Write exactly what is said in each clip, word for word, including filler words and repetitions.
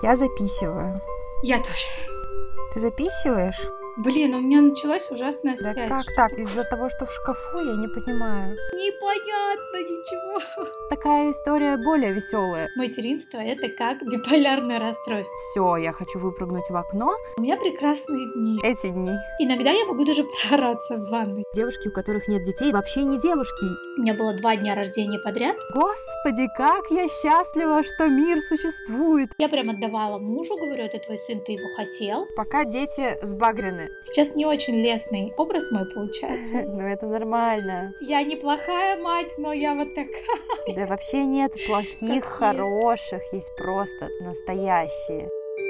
Я записываю. Я тоже. Ты записываешь? Блин, у меня началась ужасная Да связь. как так? Из-за того, что в шкафу, я не понимаю. Непонятно ничего. Такая история более веселая. Материнство — это как биполярное расстройство. Все, я хочу выпрыгнуть в окно. У меня прекрасные дни. Эти дни. Иногда я могу даже проораться в ванной. Девушки, у которых нет детей, вообще не девушки. У меня было два дня рождения подряд. Господи, как я счастлива, что мир существует. Я прям отдавала мужу, говорю, это твой сын, ты его хотел. Пока дети сбагрены. Сейчас не очень лестный образ мой получается. Ну это нормально. Я неплохая мать, но я вот такая. Да вообще нет плохих, Как хороших, есть просто настоящие.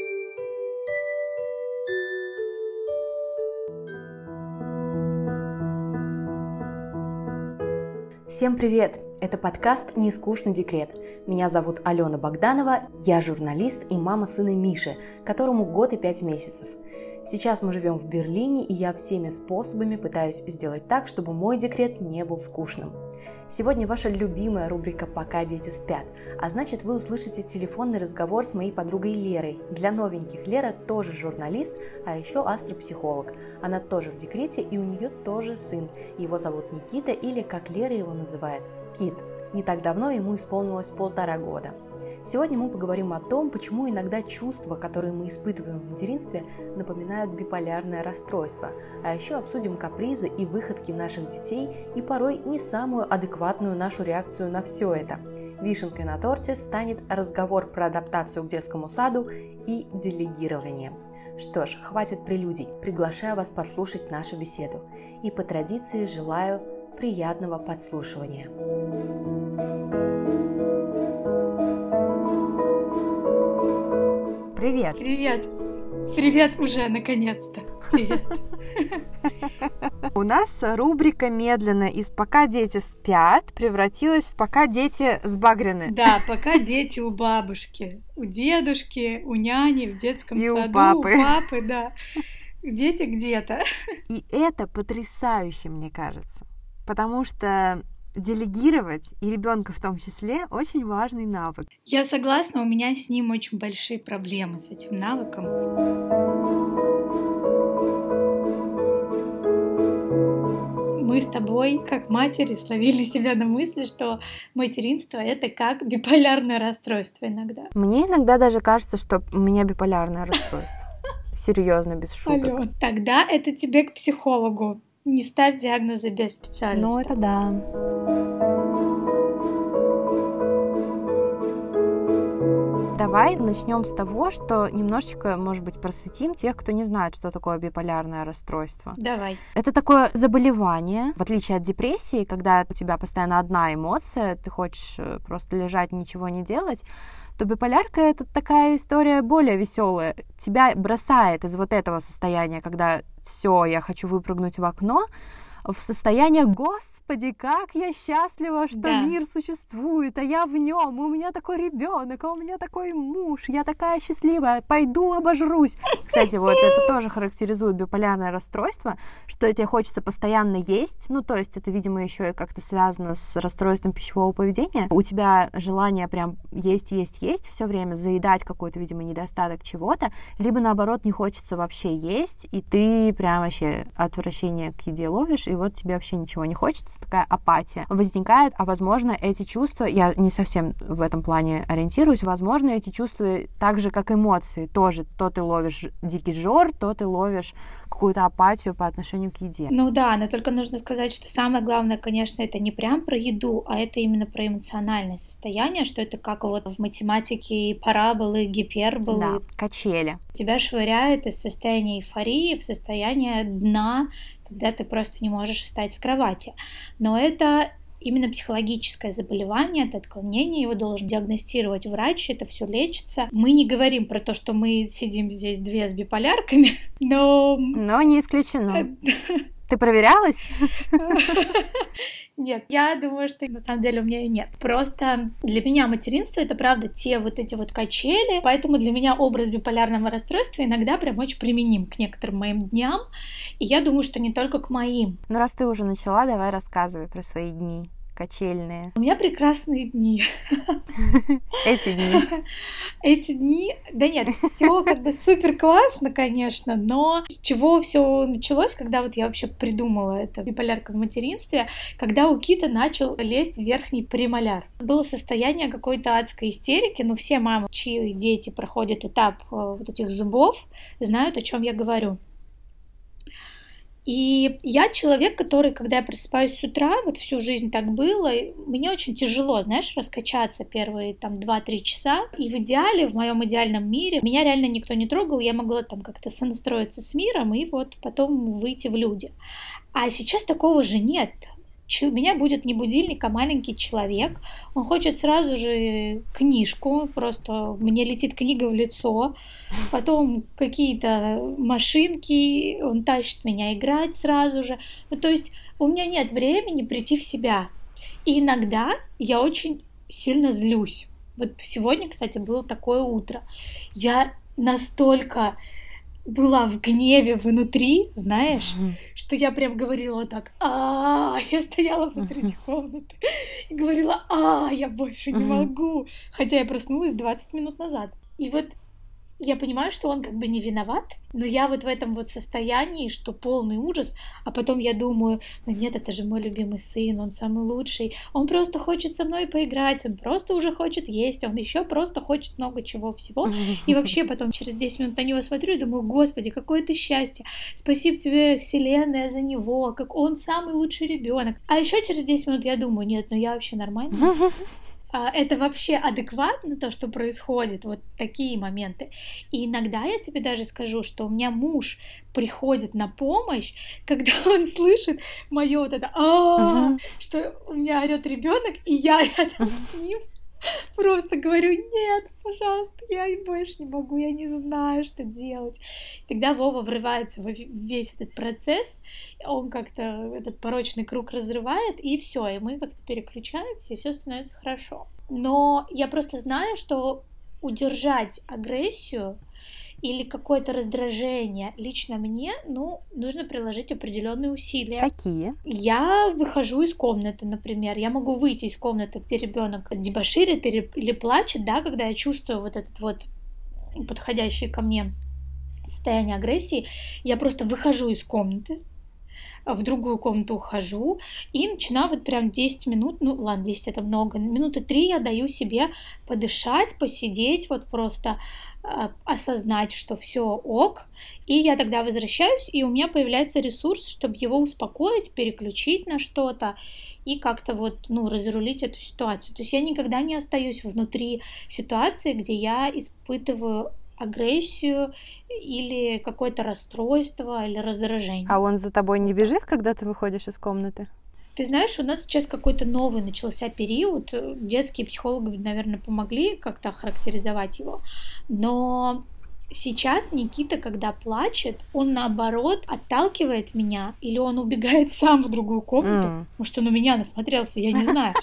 Всем привет! Это подкаст «Нескучный декрет». Меня зовут Алена Богданова, я журналист и мама сына Миши, которому год и пять месяцев. Сейчас мы живем в Берлине, и я всеми способами пытаюсь сделать так, чтобы мой декрет не был скучным. Сегодня ваша любимая рубрика «Пока дети спят», а значит, вы услышите телефонный разговор с моей подругой Лерой. Для новеньких, Лера тоже журналист, а еще астропсихолог. Она тоже в декрете, и у нее тоже сын. Его зовут Никита, или, как Лера его называет, Кит. Не так давно ему исполнилось полтора года. Сегодня мы поговорим о том, почему иногда чувства, которые мы испытываем в материнстве, напоминают биполярное расстройство, а еще обсудим капризы и выходки наших детей и порой не самую адекватную нашу реакцию на все это. Вишенкой на торте станет разговор про адаптацию к детскому саду и делегирование. Что ж, хватит прелюдий, приглашаю вас подслушать нашу беседу. И по традиции желаю приятного подслушивания. Привет! Привет! Привет уже, наконец-то! Привет! У нас рубрика медленно из «Пока дети спят» превратилась в «Пока дети сбагрены». Да, пока дети у бабушки, у дедушки, у няни, в детском И саду, у папы. у папы, да. Дети где-то. И это потрясающе, мне кажется, потому что делегировать, и ребенка в том числе, очень важный навык. Я согласна, у меня с ним очень большие проблемы, с этим навыком. Мы с тобой, как матери, словили себя на мысли, что материнство — это как биполярное расстройство иногда. Мне иногда даже кажется, что у меня биполярное расстройство. Серьезно, без шуток. Алён, тогда это тебе к психологу. Не ставь диагнозы без специалиста. Ну, это да. Давай начнем с того, что немножечко, может быть, просветим тех, кто не знает, что такое биполярное расстройство. Давай. Это такое заболевание, в отличие от депрессии, когда у тебя постоянно одна эмоция, ты хочешь просто лежать, ничего не делать, то биполярка — это такая история более веселая. Тебя бросает из вот этого состояния, когда все, я хочу выпрыгнуть в окно, в состояние «Господи, как я счастлива, что Да. мир существует, а я в нем, у меня такой ребенок, а у меня такой муж, я такая счастливая, пойду обожрусь». Кстати, вот это тоже характеризует биполярное расстройство, что тебе хочется постоянно есть, ну, то есть это, видимо, еще и как-то связано с расстройством пищевого поведения. У тебя желание прям есть, есть, есть все время, заедать какой-то, видимо, недостаток чего-то, либо, наоборот, не хочется вообще есть, и ты прям вообще отвращение к еде ловишь, и вот тебе вообще ничего не хочется, такая апатия возникает, а возможно эти чувства, я не совсем в этом плане ориентируюсь, возможно эти чувства так же, как эмоции, тоже, то ты ловишь дикий жор, то ты ловишь какую-то апатию по отношению к еде. Ну да, но только нужно сказать, что самое главное, конечно, это не прям про еду, а это именно про эмоциональное состояние, что это как вот в математике параболы, гиперболы. Да, качели. Тебя швыряет из состояния эйфории в состояние дна, когда ты просто не можешь встать с кровати. Но это именно психологическое заболевание, это отклонение, его должен диагностировать врач, это все лечится. Мы не говорим про то, что мы сидим здесь две с биполярками, но... Но не исключено. Ты проверялась? Нет, я думаю, что на самом деле у меня и нет. Просто для меня материнство — это правда те вот эти вот качели, поэтому для меня образ биполярного расстройства иногда прям очень применим к некоторым моим дням, и я думаю, что не только к моим. Ну, раз ты уже начала, давай рассказывай про свои дни. качельные? У меня прекрасные дни. Эти дни? Эти дни, да нет, все как бы супер классно, конечно, но с чего все началось, когда вот я вообще придумала это биполярка в материнстве, когда у Кита начал лезть верхний премоляр. Было состояние какой-то адской истерики, но все мамы, чьи дети проходят этап вот этих зубов, знают, о чем я говорю. И я человек, который, когда я просыпаюсь с утра, вот всю жизнь так было, мне очень тяжело, знаешь, раскачаться первые там два-три часа. И в идеале, в моем идеальном мире, меня реально никто не трогал, я могла там как-то сонастроиться с миром и вот потом выйти в люди. А сейчас такого же нет. Меня будет не будильник, а маленький человек. Он хочет сразу же книжку, просто мне летит книга в лицо. Потом какие-то машинки, он тащит меня играть сразу же. Ну, то есть у меня нет времени прийти в себя. И иногда я очень сильно злюсь. Вот сегодня, кстати, было такое утро. Я настолько была в гневе внутри, знаешь, mm-hmm. что я прям говорила вот так, а я стояла посреди mm-hmm. комнаты и говорила, а я больше mm-hmm. не могу, хотя я проснулась двадцать минут назад. И вот я понимаю, что он как бы не виноват, но я вот в этом вот состоянии, что полный ужас, а потом я думаю, ну нет, это же мой любимый сын, он самый лучший, он просто хочет со мной поиграть, он просто уже хочет есть, он еще просто хочет много чего всего, и вообще потом через десять минут на него смотрю и думаю, господи, какое ты счастье, спасибо тебе, вселенная, за него, как он самый лучший ребенок. А еще через десять минут я думаю, нет, ну я вообще нормальная. Это вообще адекватно, то, что происходит, вот такие моменты. И иногда я тебе даже скажу, что у меня муж приходит на помощь, когда он слышит мое вот это а что у меня орет ребенок, и я рядом с ним просто говорю, нет, пожалуйста, я больше не могу, я не знаю, что делать. И тогда Вова врывается в весь этот процесс, он как-то этот порочный круг разрывает, и все, и мы как-то переключаемся, и все становится хорошо. Но я просто знаю, что удержать агрессию или какое-то раздражение лично мне, ну, нужно приложить определенные усилия. Какие? Я выхожу из комнаты, например. Я могу выйти из комнаты, где ребенок дебоширит или, или плачет, да, когда я чувствую вот этот вот подходящий ко мне состояние агрессии. Я просто выхожу из комнаты, в другую комнату ухожу и начинаю вот прям десять минут, ну ладно, десять это много, минуты три я даю себе подышать, посидеть, вот просто э, осознать, что все ок, и я тогда возвращаюсь, и у меня появляется ресурс, чтобы его успокоить, переключить на что-то и как-то вот, ну, разрулить эту ситуацию. То есть я никогда не остаюсь внутри ситуации, где я испытываю агрессию или какое-то расстройство или раздражение. А он за тобой не бежит, когда ты выходишь из комнаты? Ты знаешь, у нас сейчас какой-то новый начался период. Детские психологи, наверное, помогли как-то охарактеризовать его. Но сейчас Никита, когда плачет, он наоборот отталкивает меня, или он убегает сам в другую комнату. Mm. Может, он у меня насмотрелся, я не знаю.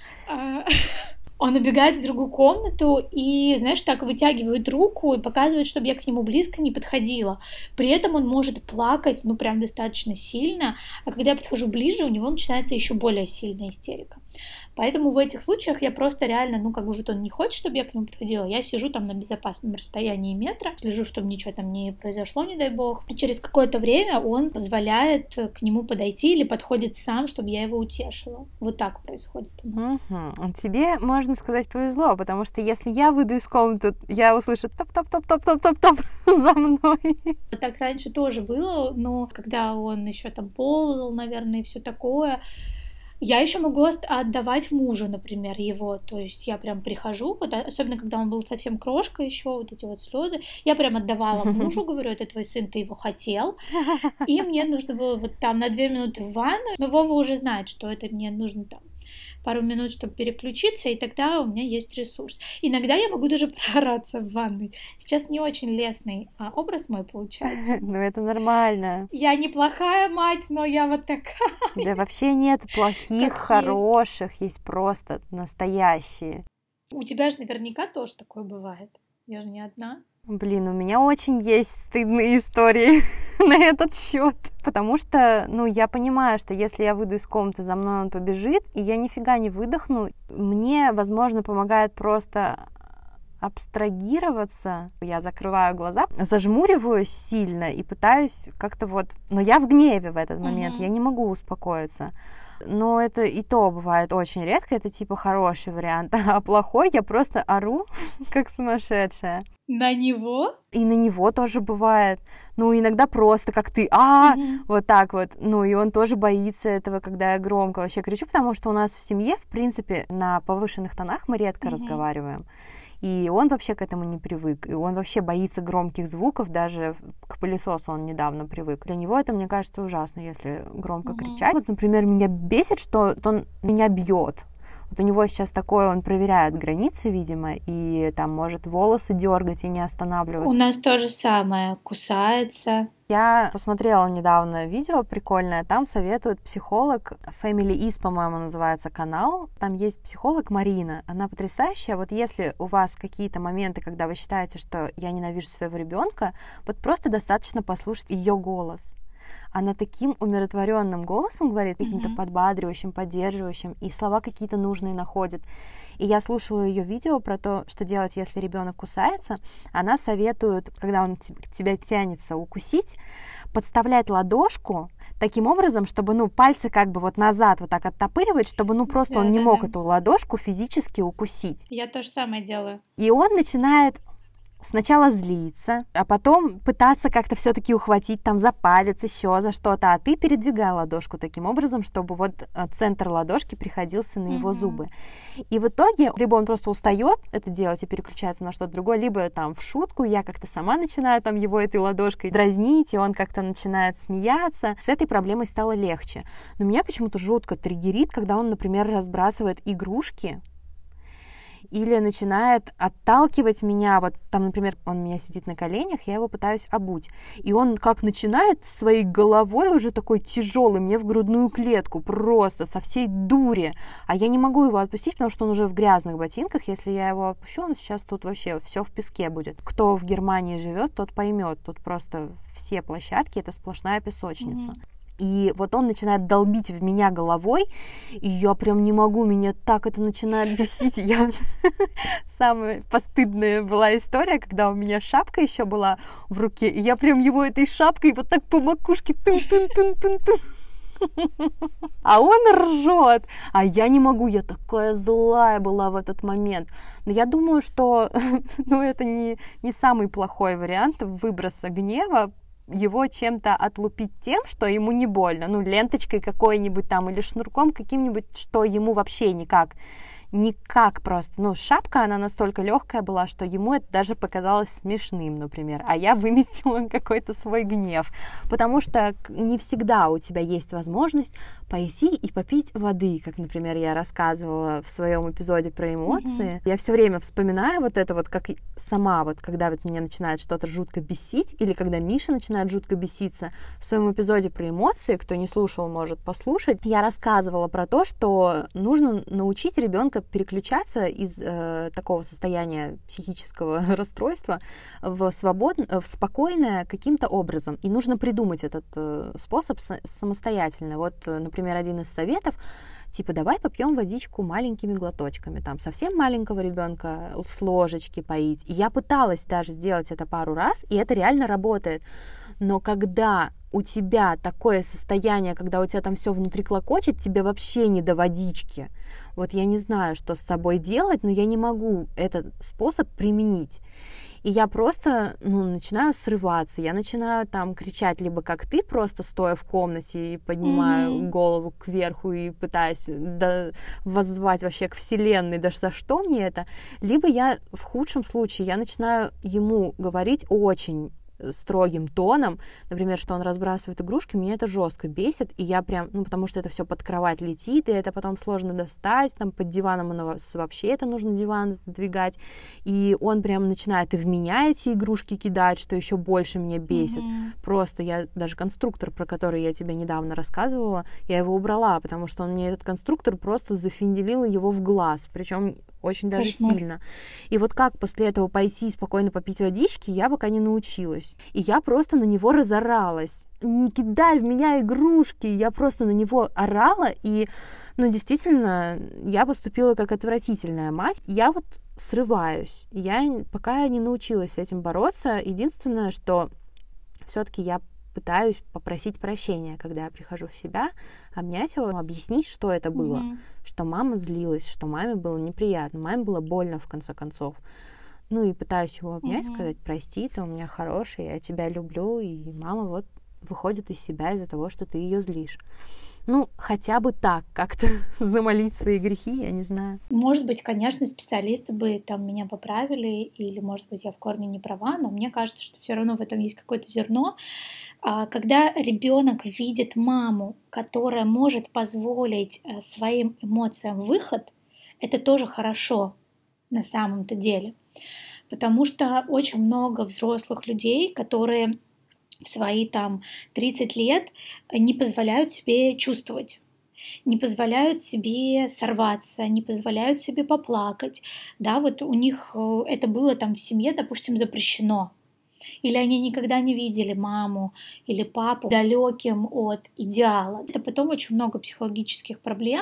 Он убегает в другую комнату и, знаешь, так вытягивает руку и показывает, чтобы я к нему близко не подходила. При этом он может плакать, ну, прям достаточно сильно, а когда я подхожу ближе, у него начинается еще более сильная истерика. Поэтому в этих случаях я просто реально, ну, как бы вот он не хочет, чтобы я к нему подходила, я сижу там на безопасном расстоянии метра, слежу, чтобы ничего там не произошло, не дай бог. И через какое-то время он позволяет к нему подойти или подходит сам, чтобы я его утешила. Вот так происходит у нас. Угу. Тебе, можно сказать, повезло, потому что если я выйду из комнаты, я услышу топ-топ-топ-топ-топ-топ за мной. Так раньше тоже было, но когда он еще там ползал, наверное, и все такое, я еще могу отдавать мужу, например, его, то есть я прям прихожу, вот, особенно когда он был совсем крошка еще, вот эти вот слезы, я прям отдавала мужу, говорю, это твой сын, ты его хотел, и мне нужно было вот там на две минуты в ванну, но Вова уже знает, что это мне нужно там пару минут, чтобы переключиться, и тогда у меня есть ресурс. Иногда я могу даже проораться в ванной. Сейчас не очень лестный а, образ мой получается. Ну, это нормально. Я неплохая мать, но я вот такая. Да вообще нет плохих, хороших, есть. есть просто настоящие. У тебя же наверняка тоже такое бывает. Я же не одна. Блин, у меня очень есть стыдные истории. на этот счет. Потому что, ну, я понимаю, что если я выйду из комнаты, за мной он побежит, и я нифига не выдохну. Мне, возможно, помогает просто абстрагироваться. Я закрываю глаза, зажмуриваюсь сильно и пытаюсь как-то вот... Но я в гневе в этот момент, mm-hmm. я не могу успокоиться. Но это и то бывает очень редко, это типа хороший вариант. А плохой я просто ору, как сумасшедшая. На него? И на него тоже бывает. Ну, иногда просто как ты, а, mm-hmm. вот так вот. Ну, и он тоже боится этого, когда я громко вообще кричу, потому что у нас в семье, в принципе, на повышенных тонах мы редко mm-hmm. разговариваем. И он вообще к этому не привык. И он вообще боится громких звуков, даже к пылесосу он недавно привык. Для него это, мне кажется, ужасно, если громко mm-hmm. кричать. Вот, например, меня бесит, что он меня бьет. Вот у него сейчас такое, он проверяет границы, видимо, и там может волосы дергать и не останавливаться. У нас то же самое, кусается. Я посмотрела недавно видео прикольное, там советует психолог, Family Is, по-моему, называется канал. Там есть психолог Марина, она потрясающая. Вот если у вас какие-то моменты, когда вы считаете, что я ненавижу своего ребенка, вот просто достаточно послушать ее голос. Она таким умиротворенным голосом говорит, каким-то mm-hmm. подбадривающим, поддерживающим, и слова какие-то нужные находит. И я слушала ее видео про то, что делать, если ребенок кусается. Она советует, когда он к тебе тянется укусить, подставлять ладошку таким образом, чтобы, ну, пальцы как бы вот назад вот так оттопыривать, чтобы, ну, просто да, он не да, мог да. эту ладошку физически укусить. Я то же самое делаю. И он начинает сначала злиться, а потом пытаться как-то все-таки ухватить там за палец, еще за что-то, а ты передвигай ладошку таким образом, чтобы вот центр ладошки приходился на его mm-hmm. зубы. И в итоге либо он просто устает это делать и переключается на что-то другое, либо там в шутку я как-то сама начинаю там его этой ладошкой дразнить, и он как-то начинает смеяться. С этой проблемой стало легче. Но меня почему-то жутко триггерит, когда он, например, разбрасывает игрушки, или начинает отталкивать меня, вот там, например, он у меня сидит на коленях, я его пытаюсь обуть, и он как начинает своей головой уже такой тяжелый мне в грудную клетку, просто со всей дури, а я не могу его отпустить, потому что он уже в грязных ботинках, если я его отпущу, он сейчас тут вообще все в песке будет. Кто в Германии живет, тот поймет, тут просто все площадки, это сплошная песочница. Mm-hmm. И вот он начинает долбить в меня головой, и я прям не могу, меня так это начинает бесить. Я... Самая постыдная была история, когда у меня шапка еще была в руке, и я прям его этой шапкой вот так по макушке тын-тын-тын-тын-тын. А он ржет, а я не могу, я такая злая была в этот момент. Но я думаю, что ну, это не, не самый плохой вариант выброса гнева, его чем-то отлупить тем, что ему не больно, ну, ленточкой какой-нибудь там или шнурком каким-нибудь, что ему вообще никак, никак просто, ну, шапка, она настолько легкая была, что ему это даже показалось смешным, например, а я выместила какой-то свой гнев, потому что не всегда у тебя есть возможность пойти и попить воды, как, например, я рассказывала в своем эпизоде про эмоции. Mm-hmm. Я все время вспоминаю вот это вот, как сама, вот когда вот меня начинает что-то жутко бесить, или когда Миша начинает жутко беситься. В своем эпизоде про эмоции, кто не слушал, может послушать, я рассказывала про то, что нужно научить ребенка переключаться из э, такого состояния психического расстройства в, свободно, в спокойное каким-то образом. И нужно придумать этот э, способ с- самостоятельно. Вот, например, один из советов, типа, давай попьем водичку маленькими глоточками, там, совсем маленького ребенка с ложечки поить. И я пыталась даже сделать это пару раз, и это реально работает. Но когда у тебя такое состояние, когда у тебя там все внутри клокочет, тебе вообще не до водички. Вот я не знаю, что с собой делать, но я не могу этот способ применить. И я просто, ну, начинаю срываться, я начинаю там кричать, либо как ты, просто стоя в комнате и поднимаю mm-hmm. голову кверху и пытаясь да, воззвать вообще к вселенной, даже за что мне это, либо я в худшем случае, я начинаю ему говорить очень строгим тоном, например, что он разбрасывает игрушки, меня это жестко бесит, и я прям, ну, потому что это все под кровать летит, и это потом сложно достать, там под диваном вообще это нужно диван отодвигать, и он прям начинает и в меня эти игрушки кидать, что еще больше меня бесит. Mm-hmm. Просто я, даже конструктор, про который я тебе недавно рассказывала, я его убрала, потому что он мне, этот конструктор, просто зафинделил его в глаз, причем очень даже Кошмар. сильно. И вот как после этого пойти и спокойно попить водички, я пока не научилась. И я просто на него разоралась. Не кидай в меня игрушки! Я просто на него орала, и, ну, действительно, я поступила как отвратительная мать. Я вот срываюсь. Я пока не научилась с этим бороться. Единственное, что все-таки я пытаюсь попросить прощения, когда я прихожу в себя, обнять его, объяснить, что это было, Мгм. что мама злилась, что маме было неприятно, маме было больно, в конце концов. Ну и пытаюсь его обнять, Мгм. сказать: прости, ты у меня хороший, я тебя люблю, и мама вот выходит из себя из-за того, что ты ее злишь. Ну, хотя бы так, как-то замолить свои грехи, я не знаю. Может быть, конечно, специалисты бы там меня поправили, или, может быть, я в корне не права, но мне кажется, что все равно в этом есть какое-то зерно. А когда ребенок видит маму, которая может позволить э, своим эмоциям выход, это тоже хорошо на самом-то деле. Потому что очень много взрослых людей, которые в свои там тридцать лет не позволяют себе чувствовать, не позволяют себе сорваться, не позволяют себе поплакать. Да, вот у них э, это было там в семье, допустим, запрещено. Или они никогда не видели маму или папу далеким от идеала. Это потом очень много психологических проблем.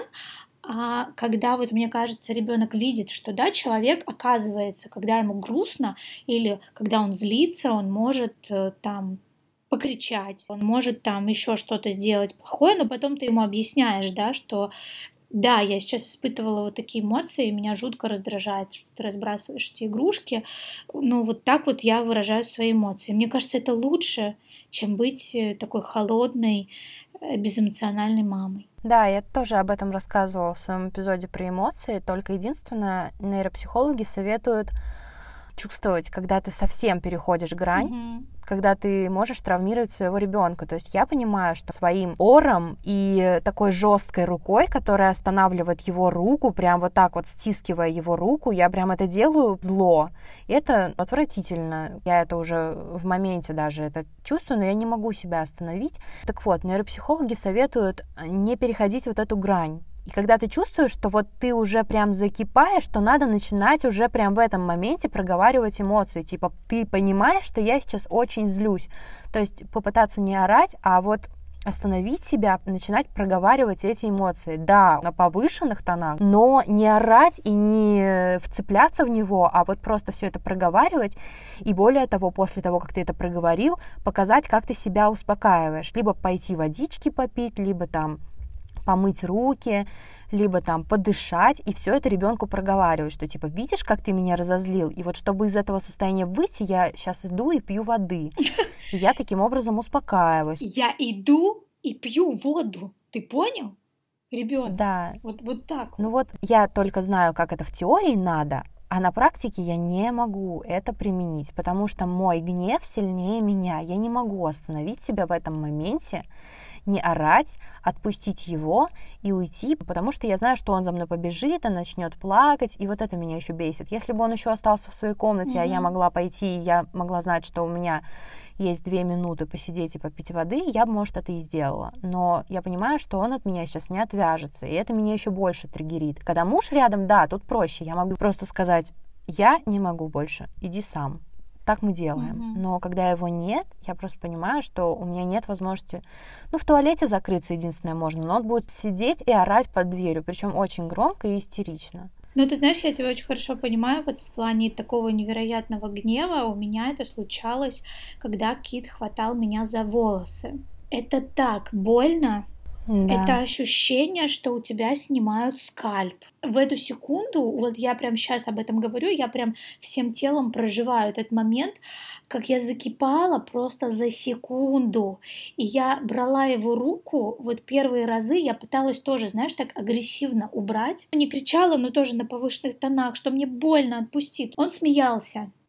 А когда вот, мне кажется, ребенок видит, что да, человек, оказывается, когда ему грустно или когда он злится, он может э, там покричать, он может там еще что-то сделать плохое, но потом ты ему объясняешь, да, что да, я сейчас испытывала вот такие эмоции, меня жутко раздражает, что ты разбрасываешь эти игрушки. Ну, вот так вот я выражаю свои эмоции. Мне кажется, это лучше, чем быть э, такой холодной, э, безэмоциональной мамой. Да, я тоже об этом рассказывала в своем эпизоде про эмоции, только единственное, нейропсихологи советуют чувствовать, когда ты совсем переходишь грань, Мгм. когда ты можешь травмировать своего ребенка. То есть я понимаю, что своим ором и такой жесткой рукой, которая останавливает его руку, прям вот так вот стискивая его руку, я прям это делаю зло. И это отвратительно. Я это уже в моменте даже это чувствую, но я не могу себя остановить. Так вот, нейропсихологи советуют не переходить вот эту грань. И когда ты чувствуешь, что вот ты уже прям закипаешь, то надо начинать уже прям в этом моменте проговаривать эмоции. Типа, ты понимаешь, что я сейчас очень злюсь. То есть попытаться не орать, а вот остановить себя, начинать проговаривать эти эмоции. Да, на повышенных тонах, но не орать и не вцепляться в него, а вот просто все это проговаривать. И более того, после того, как ты это проговорил, показать, как ты себя успокаиваешь. Либо пойти водички попить, либо там помыть руки, либо там подышать, и все это ребенку проговаривать, что типа, видишь, как ты меня разозлил, и вот чтобы из этого состояния выйти, я сейчас иду и пью воды. И я таким образом успокаиваюсь. Я иду и пью воду. Ты понял? Ребенок. Да. Вот, вот так. Ну вот я только знаю, как это в теории надо, а на практике я не могу это применить, потому что мой гнев сильнее меня. Я не могу остановить себя в этом моменте, не орать, отпустить его и уйти, потому что я знаю, что он за мной побежит, он начнет плакать, и вот это меня еще бесит. Если бы он еще остался в своей комнате, mm-hmm. а я могла пойти, и я могла знать, что у меня есть две минуты посидеть и попить воды, я бы, может, это и сделала. Но я понимаю, что он от меня сейчас не отвяжется, и это меня еще больше триггерит. Когда муж рядом, да, тут проще, я могу просто сказать: я не могу больше, иди сам. Так мы делаем. Mm-hmm. Но когда его нет, я просто понимаю, что у меня нет возможности... Ну, в туалете закрыться единственное можно, но он будет сидеть и орать под дверью, причем очень громко и истерично. Ну, ты знаешь, я тебя очень хорошо понимаю, вот в плане такого невероятного гнева у меня это случалось, когда Кит хватал меня за волосы. Это так больно. Да. Это ощущение, что у тебя снимают скальп. В эту секунду, вот я прям сейчас об этом говорю, я прям всем телом проживаю этот момент, как я закипала просто за секунду. И я брала его руку, вот первые разы я пыталась тоже, знаешь, так агрессивно убрать. Не кричала, но тоже на повышенных тонах, что мне больно, отпустит. Он смеялся.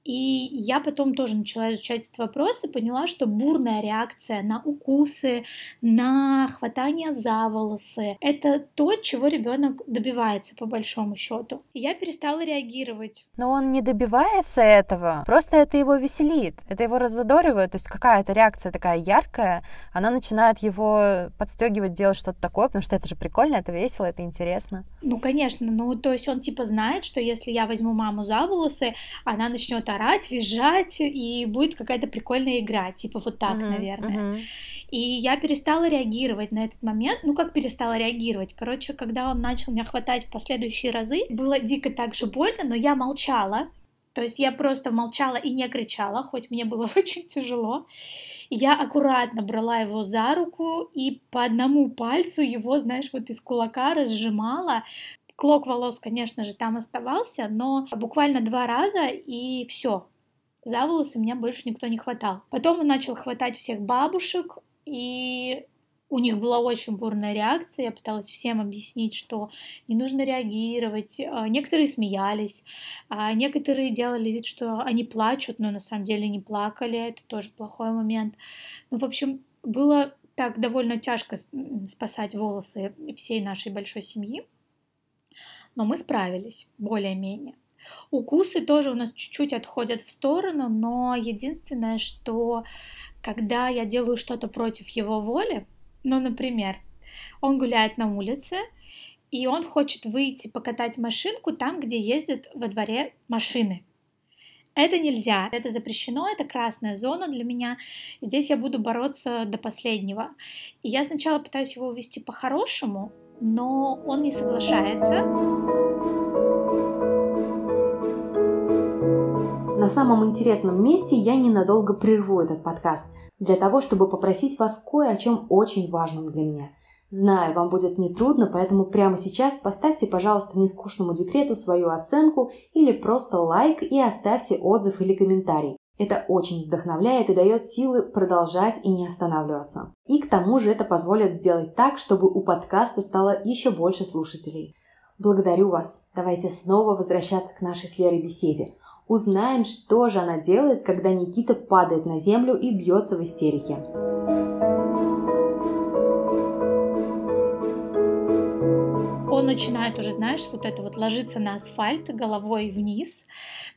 И я потом тоже начала изучать этот вопрос и поняла, что бурная реакция на укусы, на хватание за волосы — это то, чего ребенок добивается по большому счету. И я перестала реагировать. Но он не добивается этого, просто это его веселит, это его раззадоривает. То есть какая-то реакция такая яркая, она начинает его подстегивать делать что-то такое, потому что это же прикольно, это весело, это интересно. Ну, конечно, ну, то есть он типа знает, что если я возьму маму за волосы, она начнет орать, визжать, и будет какая-то прикольная игра, типа вот так, uh-huh, наверное. Uh-huh. И я перестала реагировать на этот момент, ну, как перестала реагировать, короче, когда он начал меня хватать в последующие разы, было дико так же больно, но я молчала, то есть я просто молчала и не кричала, хоть мне было очень тяжело. Я аккуратно брала его за руку и по одному пальцу его, знаешь, вот из кулака разжимала. Клок волос, конечно же, там оставался, но буквально два раза, и все. За волосы меня больше никто не хватал. Потом он начал хватать всех бабушек, и у них была очень бурная реакция. Я пыталась всем объяснить, что не нужно реагировать. Некоторые смеялись, а некоторые делали вид, что они плачут, но на самом деле не плакали. Это тоже плохой момент. Ну, в общем, было так довольно тяжко спасать волосы всей нашей большой семьи. Но мы справились, более-менее. Укусы тоже у нас чуть-чуть отходят в сторону, но единственное, что когда я делаю что-то против его воли, ну, например, он гуляет на улице, и он хочет выйти покатать машинку там, где ездят во дворе машины. Это нельзя, это запрещено, это красная зона для меня. Здесь я буду бороться до последнего. И я сначала пытаюсь его увести по-хорошему, но он не соглашается. На самом интересном месте я ненадолго прерву этот подкаст, для того, чтобы попросить вас кое о чем очень важном для меня. Знаю, вам будет нетрудно, поэтому прямо сейчас поставьте, пожалуйста, нескучному декрету свою оценку или просто лайк и оставьте отзыв или комментарий. Это очень вдохновляет и дает силы продолжать и не останавливаться. И к тому же это позволит сделать так, чтобы у подкаста стало еще больше слушателей. Благодарю вас. Давайте снова возвращаться к нашей с Лерой беседе. Узнаем, что же она делает, когда Никита падает на землю и бьется в истерике. Он начинает уже, знаешь, вот это вот ложиться на асфальт головой вниз.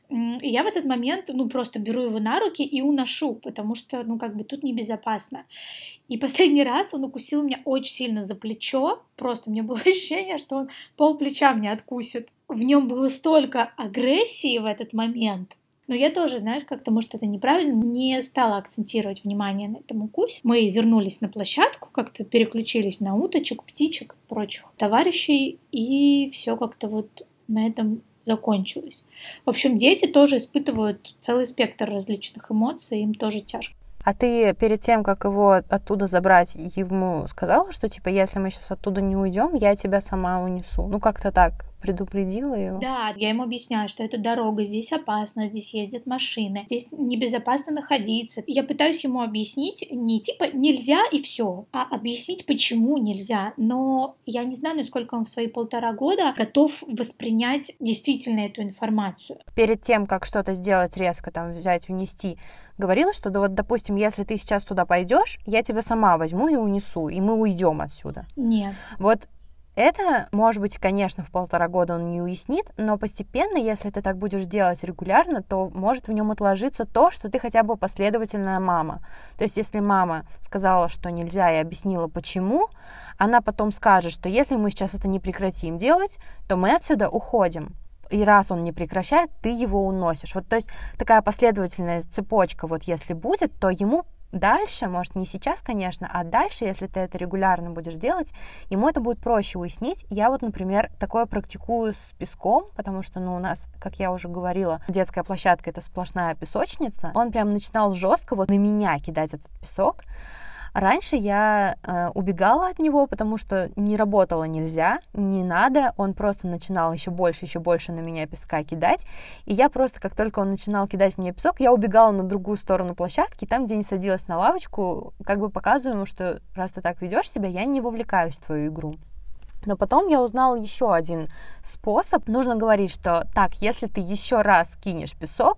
И я в этот момент, ну, просто беру его на руки и уношу, потому что, ну, как бы тут небезопасно. И последний раз он укусил меня очень сильно за плечо. Просто у меня было ощущение, что он пол плеча мне откусит. В нем было столько агрессии в этот момент. Но я тоже, знаешь, как-то, может, это неправильно, не стала акцентировать внимание на этом укусе. Мы вернулись на площадку, как-то переключились на уточек, птичек, прочих товарищей, и все как-то вот на этом закончилось. В общем, дети тоже испытывают целый спектр различных эмоций, им тоже тяжко. А ты перед тем, как его оттуда забрать, ему сказала, что, типа, если мы сейчас оттуда не уйдем, я тебя сама унесу? Ну, как-то так предупредила его? Да, я ему объясняю, что это дорога, здесь опасно, здесь ездят машины, здесь небезопасно находиться. Я пытаюсь ему объяснить не типа нельзя и все, а объяснить, почему нельзя. Но я не знаю, насколько он в свои полтора года готов воспринять действительно эту информацию. Перед тем, как что-то сделать резко, там, взять, унести, говорила, что, да вот, допустим, если ты сейчас туда пойдешь, я тебя сама возьму и унесу, и мы уйдем отсюда. Нет. Вот это, может быть, конечно, в полтора года он не уяснит, но постепенно, если ты так будешь делать регулярно, то может в нем отложиться то, что ты хотя бы последовательная мама. То есть, если мама сказала, что нельзя, и объяснила, почему, она потом скажет, что если мы сейчас это не прекратим делать, то мы отсюда уходим. И раз он не прекращает, ты его уносишь. Вот, то есть, такая последовательная цепочка, вот если будет, то ему дальше, может, не сейчас, конечно, а дальше, если ты это регулярно будешь делать, ему это будет проще уяснить. Я вот, например, такое практикую с песком, потому что, ну, у нас, как я уже говорила, детская площадка — это сплошная песочница. Он прям начинал жестко вот на меня кидать этот песок. Раньше я э, убегала от него, потому что не работало нельзя, не надо. Он просто начинал еще больше, еще больше на меня песка кидать. И я просто, как только он начинал кидать мне песок, я убегала на другую сторону площадки, там, где не садилась на лавочку, как бы показывая ему, что раз ты так ведешь себя, я не вовлекаюсь в твою игру. Но потом я узнала еще один способ. Нужно говорить, что так, если ты еще раз кинешь песок,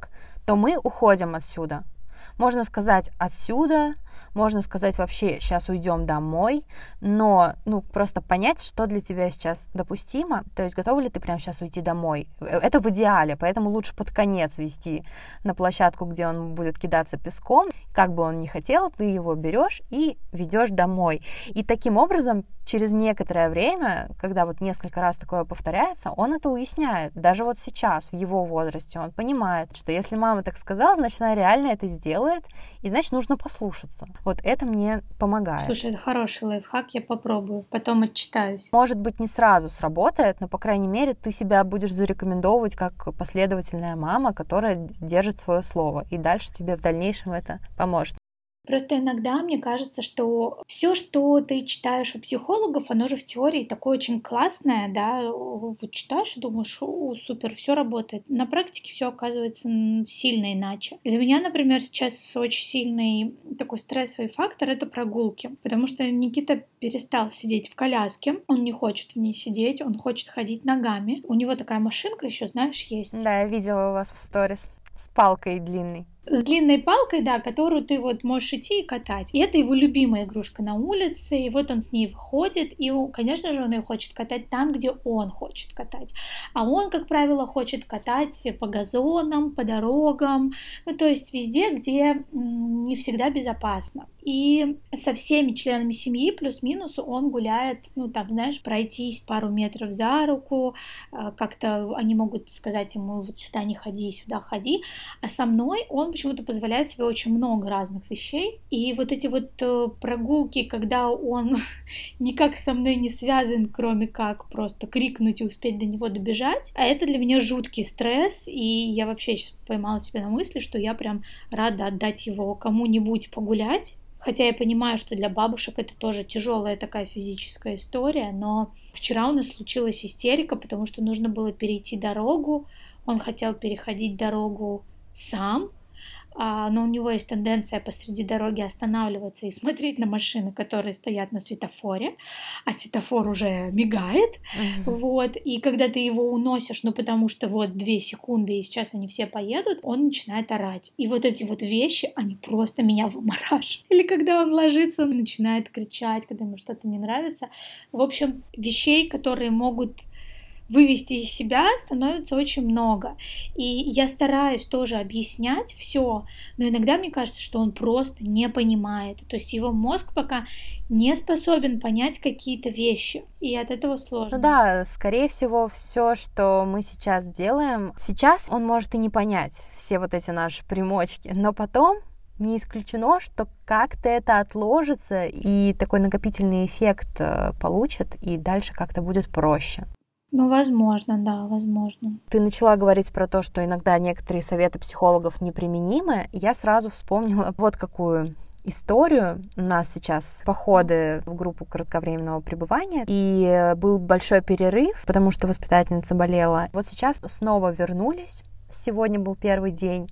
то мы уходим отсюда. Можно сказать отсюда, можно сказать вообще сейчас уйдем домой, но ну, просто понять, что для тебя сейчас допустимо, то есть готова ли ты прямо сейчас уйти домой. Это в идеале, поэтому лучше под конец вести на площадку, где он будет кидаться песком. Как бы он ни хотел, ты его берешь и ведешь домой. И таким образом, через некоторое время, когда вот несколько раз такое повторяется, он это уясняет. Даже вот сейчас, в его возрасте, он понимает, что если мама так сказала, значит, она реально это сделает, и значит, нужно послушаться. Вот это мне помогает. Слушай, это хороший лайфхак, я попробую, потом отчитаюсь. Может быть, не сразу сработает, но, по крайней мере, ты себя будешь зарекомендовывать как последовательная мама, которая держит свое слово, и дальше тебе в дальнейшем это поможет. Просто иногда мне кажется, что все, что ты читаешь у психологов, оно же в теории такое очень классное, да, вот читаешь и думаешь, о, супер, все работает. На практике все оказывается сильно иначе. Для меня, например, сейчас очень сильный такой стрессовый фактор — это прогулки, потому что Никита перестал сидеть в коляске, он не хочет в ней сидеть, он хочет ходить ногами. У него такая машинка еще, знаешь, есть. Да, я видела у вас в сторис с палкой длинной. С длинной палкой, да, которую ты вот можешь идти и катать. И это его любимая игрушка на улице, и вот он с ней выходит, и, конечно же, он ее хочет катать там, где он хочет катать. А он, как правило, хочет катать по газонам, по дорогам, ну, то есть везде, где не всегда безопасно. И со всеми членами семьи плюс-минус он гуляет, ну, там, знаешь, пройтись пару метров за руку, как-то они могут сказать ему, вот сюда не ходи, сюда ходи, а со мной он почему-то позволяет себе очень много разных вещей. И вот эти вот э, прогулки, когда он никак со мной не связан, кроме как просто крикнуть и успеть до него добежать, а это для меня жуткий стресс, и я вообще сейчас поймала себя на мысли, что я прям рада отдать его кому-нибудь погулять. Хотя я понимаю, что для бабушек это тоже тяжелая такая физическая история, но вчера у нас случилась истерика, потому что нужно было перейти дорогу, он хотел переходить дорогу сам, но у него есть тенденция посреди дороги останавливаться и смотреть на машины, которые стоят на светофоре, а светофор уже мигает, uh-huh. вот, и когда ты его уносишь, ну потому что вот две секунды, и сейчас они все поедут, он начинает орать. И вот эти вот вещи, они просто меня вымораживают. Или когда он ложится, он начинает кричать, когда ему что-то не нравится. В общем, вещей, которые могут вывести из себя, становится очень много. И я стараюсь тоже объяснять все, но иногда мне кажется, что он просто не понимает. То есть его мозг пока не способен понять какие-то вещи, и от этого сложно. Ну да, скорее всего, все, что мы сейчас делаем, сейчас он может и не понять все вот эти наши примочки, но потом не исключено, что как-то это отложится, и такой накопительный эффект получит, и дальше как-то будет проще. Ну, возможно, да, возможно. Ты начала говорить про то, что иногда некоторые советы психологов неприменимы. Я сразу вспомнила вот какую историю. У нас сейчас походы в группу кратковременного пребывания, и был большой перерыв, потому что воспитательница болела. Вот сейчас снова вернулись. Сегодня был первый день.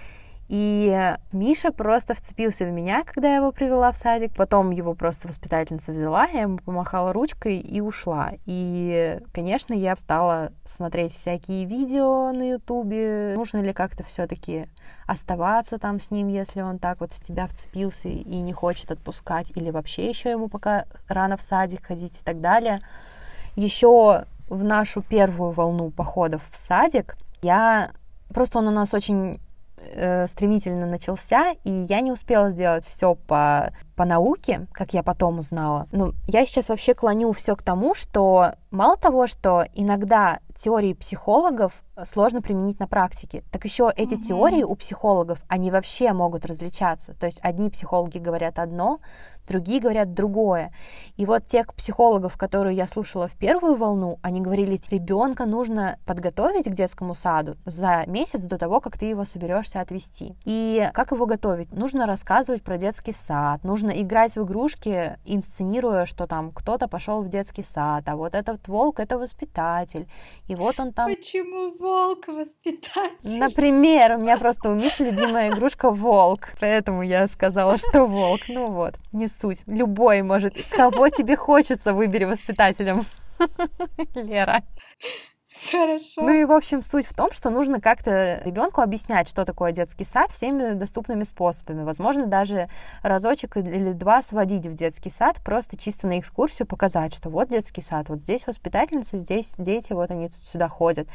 И Миша просто вцепился в меня, когда я его привела в садик. Потом его просто воспитательница взяла, я ему помахала ручкой и ушла. И, конечно, я стала смотреть всякие видео на Ютубе. Нужно ли как-то все-таки оставаться там с ним, если он так вот в тебя вцепился и не хочет отпускать, или вообще еще ему пока рано в садик ходить и так далее. Еще в нашу первую волну походов в садик я... Просто он у нас очень стремительно начался, и я не успела сделать все по, по науке, как я потом узнала. Но я сейчас вообще клоню все к тому, что мало того, что иногда теории психологов сложно применить на практике, так еще эти mm-hmm. теории у психологов, они вообще могут различаться. То есть одни психологи говорят одно, другие говорят другое. И вот тех психологов, которые я слушала в первую волну, они говорили, ребенка нужно подготовить к детскому саду за месяц до того, как ты его соберешься отвезти. И как его готовить? Нужно рассказывать про детский сад, нужно играть в игрушки, инсценируя, что там кто-то пошел в детский сад, а вот этот волк — это воспитатель. И вот он там... Почему волк воспитатель? Например, у меня просто у Миши любимая игрушка волк, поэтому я сказала, что волк. Ну вот, не суть. Любой может. Кого тебе хочется, выбери воспитателем. Лера. Хорошо. Ну и, в общем, суть в том, что нужно как-то ребенку объяснять, что такое детский сад всеми доступными способами. Возможно, даже разочек или два сводить в детский сад, просто чисто на экскурсию показать, что вот детский сад, вот здесь воспитательница, здесь дети, вот они тут сюда ходят.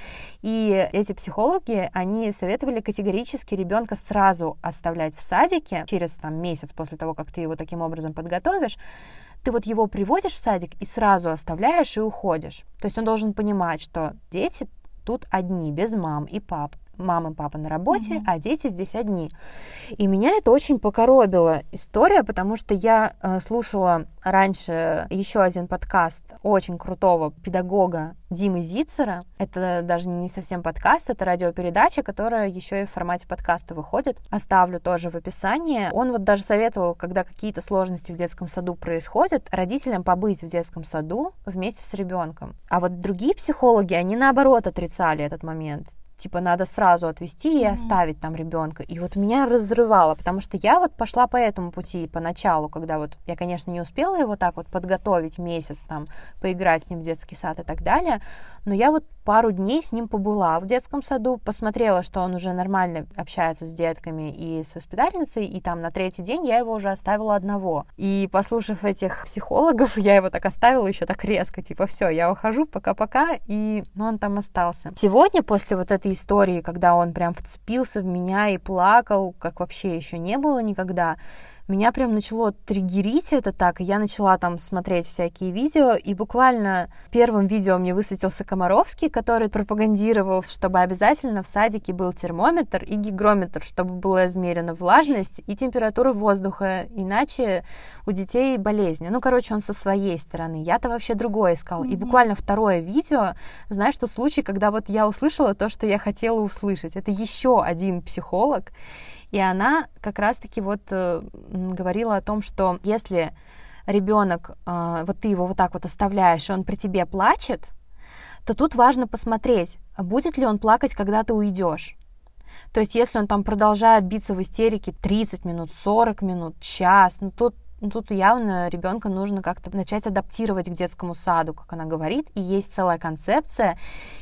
И эти психологи, они советовали категорически ребенка сразу оставлять в садике через там, месяц после того, как ты его таким образом подготовишь. Ты вот его приводишь в садик и сразу оставляешь и уходишь. То есть он должен понимать, что дети тут одни, без мам и пап. Мама и папа на работе, mm-hmm. а дети здесь одни. И меня это очень покоробила история, потому что я э, слушала раньше еще один подкаст очень крутого педагога Димы Зицера. Это даже не совсем подкаст, это радиопередача, которая еще и в формате подкаста выходит. Оставлю тоже в описании. Он вот даже советовал, когда какие-то сложности в детском саду происходят, родителям побыть в детском саду вместе с ребенком. А вот другие психологи, они наоборот отрицали этот момент. Типа, надо сразу отвезти и mm-hmm. оставить там ребенка. И вот меня разрывало, потому что я вот пошла по этому пути поначалу, когда вот я, конечно, не успела его так вот подготовить месяц, там, поиграть с ним в детский сад и так далее, но я вот пару дней с ним побыла в детском саду, посмотрела, что он уже нормально общается с детками и с воспитательницей, и там на третий день я его уже оставила одного. И послушав этих психологов, я его так оставила еще так резко, типа, все, я ухожу, пока-пока, и ну, он там остался. Сегодня, после вот этой истории, когда он прям вцепился в меня и плакал, как вообще еще не было никогда, меня прям начало триггерить это так, и я начала там смотреть всякие видео, и буквально первым видео мне высветился Комаровский, который пропагандировал, чтобы обязательно в садике был термометр и гигрометр, чтобы была измерена влажность и температура воздуха, иначе у детей болезни. Ну, короче, он со своей стороны. Я-то вообще другое искала. Mm-hmm. И буквально второе видео, знаешь, тот случай, когда вот я услышала то, что я хотела услышать. Это еще один психолог, и она как раз-таки вот э, говорила о том, что если ребенок, э, вот ты его вот так вот оставляешь, и он при тебе плачет, то тут важно посмотреть, будет ли он плакать, когда ты уйдешь. То есть если он там продолжает биться в истерике тридцать минут, сорок минут, час, ну тут Ну, тут явно ребенка нужно как-то начать адаптировать к детскому саду, как она говорит, и есть целая концепция,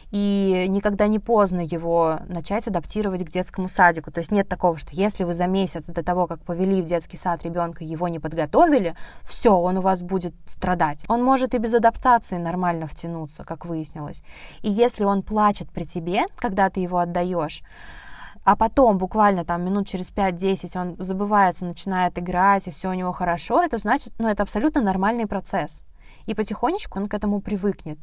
и никогда не поздно его начать адаптировать к детскому садику. То есть нет такого, что если вы за месяц до того, как повели в детский сад ребенка, его не подготовили, все, он у вас будет страдать. Он может и без адаптации нормально втянуться, как выяснилось. И если он плачет при тебе, когда ты его отдаешь, а потом буквально там минут через пять-десять он забывается, начинает играть, и все у него хорошо, это значит, ну, это абсолютно нормальный процесс. И потихонечку он к этому привыкнет.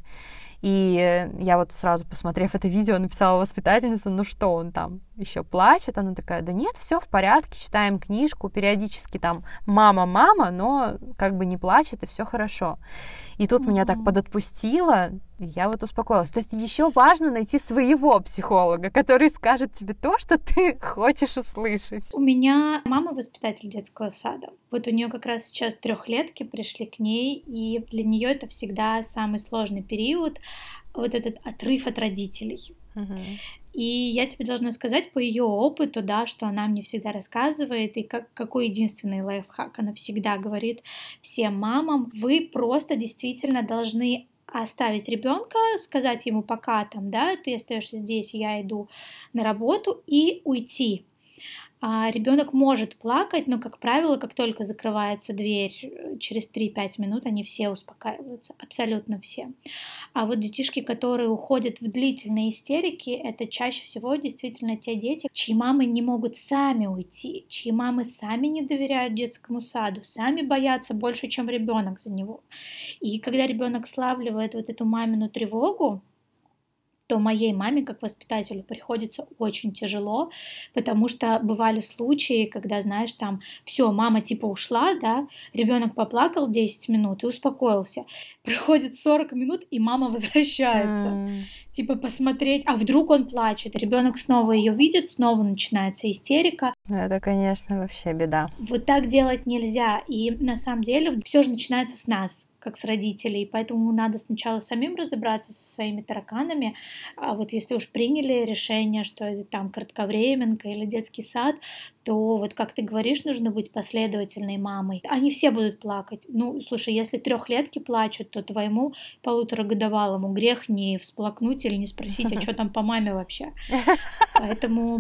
И я вот сразу, посмотрев это видео, написала воспитательнице, ну что он там, еще плачет? Она такая, да нет, все в порядке, читаем книжку, периодически там мама-мама, но как бы не плачет, и все хорошо. И тут mm-hmm. меня так подотпустило, и я вот успокоилась. То есть еще важно найти своего психолога, который скажет тебе то, что ты хочешь услышать. У меня мама воспитатель детского сада. Вот у нее как раз сейчас трехлетки пришли к ней, и для нее это всегда самый сложный период, вот этот отрыв от родителей. Uh-huh. И я тебе должна сказать по ее опыту, да, что она мне всегда рассказывает, и как, какой единственный лайфхак она всегда говорит всем мамам: вы просто действительно должны оставить ребенка, сказать ему пока там, да, ты остаешься здесь, я иду на работу, и уйти. А ребенок может плакать, но, как правило, как только закрывается дверь, через три-пять минут они все успокаиваются, абсолютно все. А вот детишки, которые уходят в длительные истерики, это чаще всего действительно те дети, чьи мамы не могут сами уйти, чьи мамы сами не доверяют детскому саду, сами боятся больше, чем ребенок за него. И когда ребенок славливает вот эту мамину тревогу, то моей маме, как воспитателю, приходится очень тяжело, потому что бывали случаи, когда, знаешь, там, все, мама типа ушла, да, ребенок поплакал десять минут и успокоился. Проходит сорок минут, и мама возвращается. Mm. Типа посмотреть, а вдруг он плачет, ребенок снова ее видит, снова начинается истерика. Это, конечно, вообще беда. Вот так делать нельзя, и на самом деле все же начинается с нас. как с родителей, поэтому надо сначала самим разобраться со своими тараканами, а вот если уж приняли решение, что это там кратковременка или детский сад, то вот как ты говоришь, нужно быть последовательной мамой. Они все будут плакать. Ну, слушай, если трехлетки плачут, то твоему полуторагодовалому грех не всплакнуть или не спросить, а что там по маме вообще. Поэтому...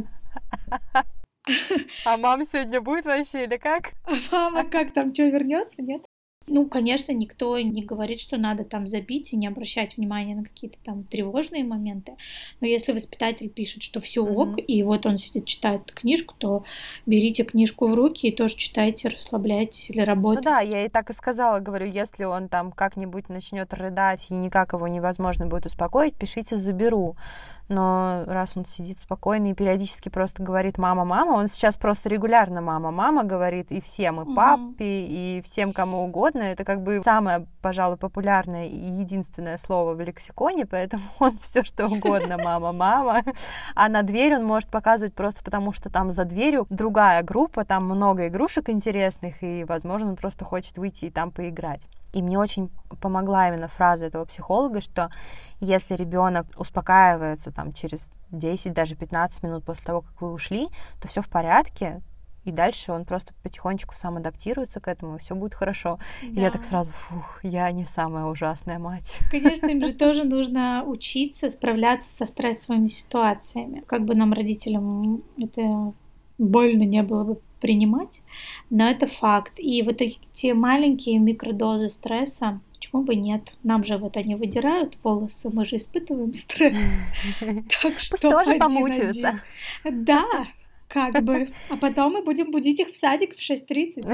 А мама сегодня будет вообще или как? А мама как там, что, вернется, нет? Ну, конечно, никто не говорит, что надо там забить и не обращать внимания на какие-то там тревожные моменты. Но если воспитатель пишет, что все ок, mm-hmm. и вот он сидит, читает книжку, то берите книжку в руки и тоже читайте, расслабляйтесь или работайте. Ну да, я и так и сказала, говорю, если он там как-нибудь начнет рыдать и никак его невозможно будет успокоить, пишите «заберу». Но раз он сидит спокойно и периодически просто говорит «мама, мама», он сейчас просто регулярно «мама, мама» говорит и всем, и папе, mm-hmm. и всем кому угодно. Это как бы самое, пожалуй, популярное и единственное слово в лексиконе, поэтому он все что угодно «мама, мама». А на дверь он может показывать просто потому, что там за дверью другая группа, там много игрушек интересных, и, возможно, он просто хочет выйти и там поиграть. И мне очень помогла именно фраза этого психолога, что если ребенок успокаивается там через десять, даже пятнадцать минут после того, как вы ушли, то все в порядке, и дальше он просто потихонечку сам адаптируется к этому, и все будет хорошо. Да. И я так сразу, фух, я не самая ужасная мать. Конечно, им же тоже нужно учиться справляться со стрессовыми ситуациями. Как бы нам, родителям, это больно не было бы принимать, но это факт. И вот эти маленькие микродозы стресса, почему бы нет? Нам же вот они выдирают волосы, мы же испытываем стресс. Так что тоже помучаются. Да, как бы. А потом мы будем будить их в садик в шесть тридцать.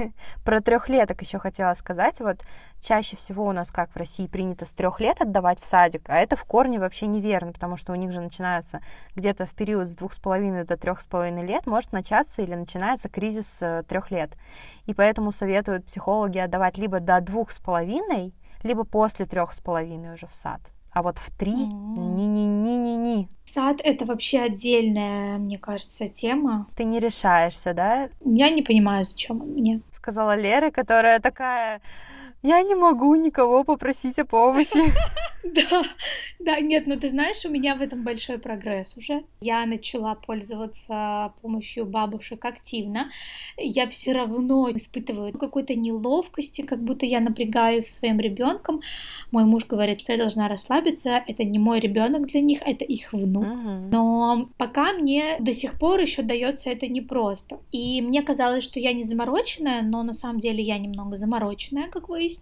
Про трехлеток еще хотела сказать. Вот чаще всего у нас, как в России, принято с трех лет отдавать в садик, а это в корне вообще неверно, потому что у них же начинается где-то в период с двух с половиной до трех с половиной лет может начаться или начинается кризис трех лет. И поэтому советуют психологи отдавать либо до двух с половиной, либо после трех с половиной уже в сад. А вот в три mm-hmm. ни-ни-ни-ни-ни. Сад — это вообще отдельная, мне кажется, тема. Ты не решаешься, да? Я не понимаю, зачем он мне. Сказала Лера, которая такая... Я не могу никого попросить о помощи. Да, да, нет, ну ты знаешь, у меня в этом большой прогресс уже. Я начала пользоваться помощью бабушек активно. Я все равно испытываю какой-то неловкости, как будто я напрягаю их своим ребенком. Мой муж говорит, что я должна расслабиться. Это не мой ребенок для них, это их внук. Uh-huh. Но пока мне до сих пор еще дается это непросто. И мне казалось, что я не замороченная, но на самом деле я немного замороченная, как выяснилось.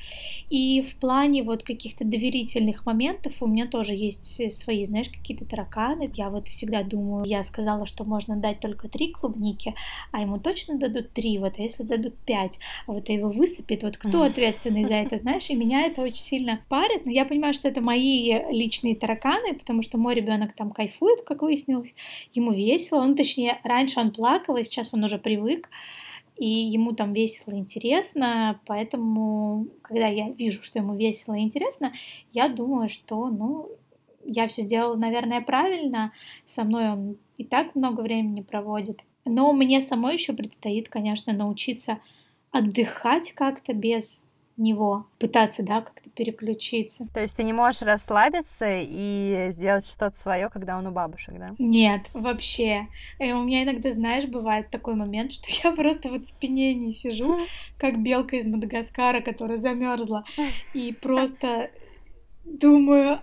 И в плане вот каких-то доверительных моментов у меня тоже есть свои, знаешь, какие-то тараканы. Я вот всегда думаю, я сказала, что можно дать только три клубники, а ему точно дадут три, вот, а если дадут пять, а вот его высыпет, вот кто ответственный за это, знаешь, и меня это очень сильно парит, но я понимаю, что это мои личные тараканы, потому что мой ребенок там кайфует, как выяснилось, ему весело, он, точнее, раньше он плакал, и сейчас он уже привык, и ему там весело и интересно, поэтому, когда я вижу, что ему весело и интересно, я думаю, что, ну, я все сделала, наверное, правильно, со мной он и так много времени проводит, но мне самой еще предстоит, конечно, научиться отдыхать как-то без него, пытаться, да, как-то переключиться. То есть ты не можешь расслабиться и сделать что-то свое, когда он у бабушек, да? Нет, вообще. И у меня иногда, знаешь, бывает такой момент, что я просто в оцепенении сижу, как белка из Мадагаскара, которая замерзла, и просто думаю,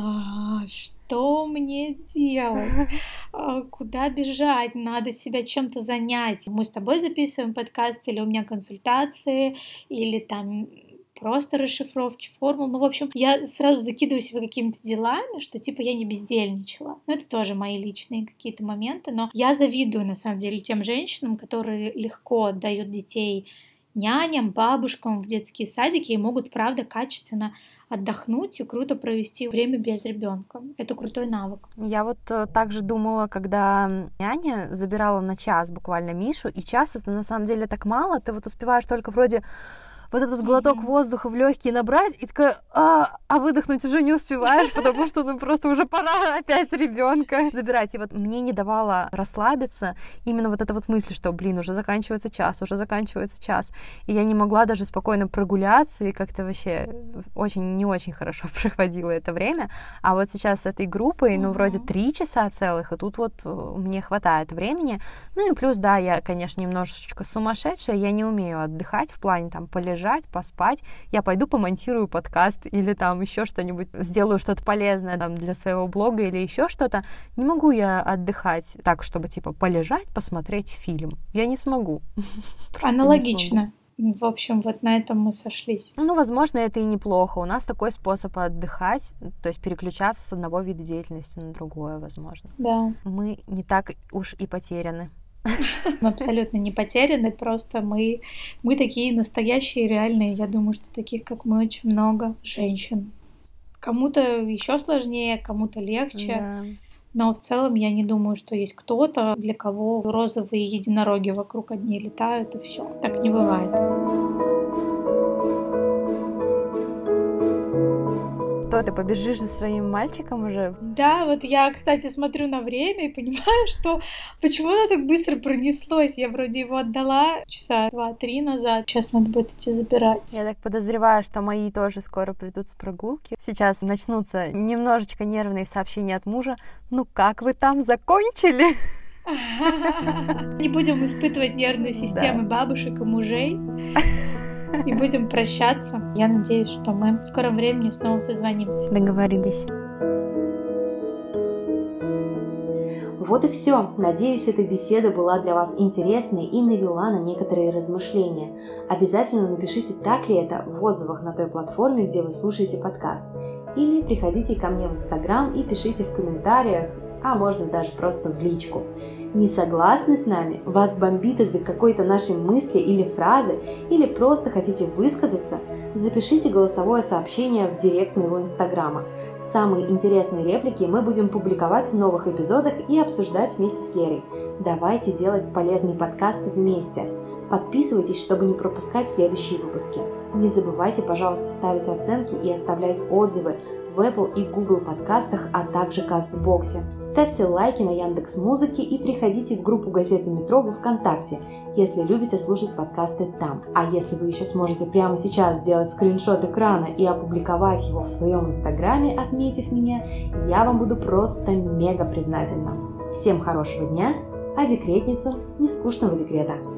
а что мне делать? А куда бежать? Надо себя чем-то занять. Мы с тобой записываем подкаст, или у меня консультации, или там просто расшифровки формул. Ну, в общем, я сразу закидываю себя какими-то делами, что типа я не бездельничала. Ну, это тоже мои личные какие-то моменты. Но я завидую, на самом деле, тем женщинам, которые легко отдают детей няням, бабушкам в детские садики и могут, правда, качественно отдохнуть и круто провести время без ребенка. Это крутой навык. Я вот также думала, когда няня забирала на час буквально Мишу, и час это на самом деле так мало, ты вот успеваешь только вроде вот этот глоток mm-hmm. воздуха в легкие набрать, и такая, а, а выдохнуть уже не успеваешь, потому что ну просто уже пора опять ребенка забирать. И вот мне не давало расслабиться именно вот эта вот мысль, что, блин, уже заканчивается час, уже заканчивается час. И я не могла даже спокойно прогуляться, и как-то вообще очень, не очень хорошо проходила это время. А вот сейчас с этой группой, ну, mm-hmm. вроде три часа целых, и тут вот мне хватает времени. Ну и плюс, да, я, конечно, немножечко сумасшедшая, я не умею отдыхать в плане там полежать, поспать. Я пойду помонтирую подкаст или там еще что-нибудь, сделаю что-то полезное там для своего блога или еще что-то. Не могу я отдыхать так, чтобы типа полежать, посмотреть фильм. Я не смогу. Аналогично. В общем, вот на этом мы сошлись. Ну, возможно, это и неплохо. У нас такой способ отдыхать, то есть переключаться с одного вида деятельности на другое, возможно. Да. Мы не так уж и потеряны. Мы абсолютно не потеряны, просто мы, мы такие настоящие, реальные. Я думаю, что таких, как мы, очень много женщин. Кому-то еще сложнее, кому-то легче. Да. Но в целом я не думаю, что есть кто-то, для кого розовые единороги вокруг одни летают, и все. Так не бывает. Что, ты побежишь за своим мальчиком уже? Да, вот я, кстати, смотрю на время и понимаю, что почему оно так быстро пронеслось. Я вроде его отдала часа два-три назад. Сейчас надо будет идти забирать. Я так подозреваю, что мои тоже скоро придут с прогулки. Сейчас начнутся немножечко нервные сообщения от мужа. Ну как вы там закончили? Не будем испытывать нервные системы бабушек и мужей. И будем прощаться. Я надеюсь, что мы в скором времени снова созвонимся. Договорились. Вот и все. Надеюсь, эта беседа была для вас интересной и навела на некоторые размышления. Обязательно напишите, так ли это, в отзывах на той платформе, где вы слушаете подкаст. Или приходите ко мне в Инстаграм и пишите в комментариях, а можно даже просто в личку. Не согласны с нами? Вас бомбит из-за какой-то нашей мысли или фразы, или просто хотите высказаться? Запишите голосовое сообщение в директ моего инстаграма. Самые интересные реплики мы будем публиковать в новых эпизодах и обсуждать вместе с Лерой. Давайте делать полезные подкасты вместе. Подписывайтесь, чтобы не пропускать следующие выпуски. Не забывайте, пожалуйста, ставить оценки и оставлять отзывы в Apple и Google подкастах, а также Кастбоксе. Ставьте лайки на Яндекс.Музыке и приходите в группу «Газеты Метро» в ВКонтакте, если любите слушать подкасты там. А если вы еще сможете прямо сейчас сделать скриншот экрана и опубликовать его в своем Инстаграме, отметив меня, я вам буду просто мега признательна. Всем хорошего дня, а декретницам не скучного декрета!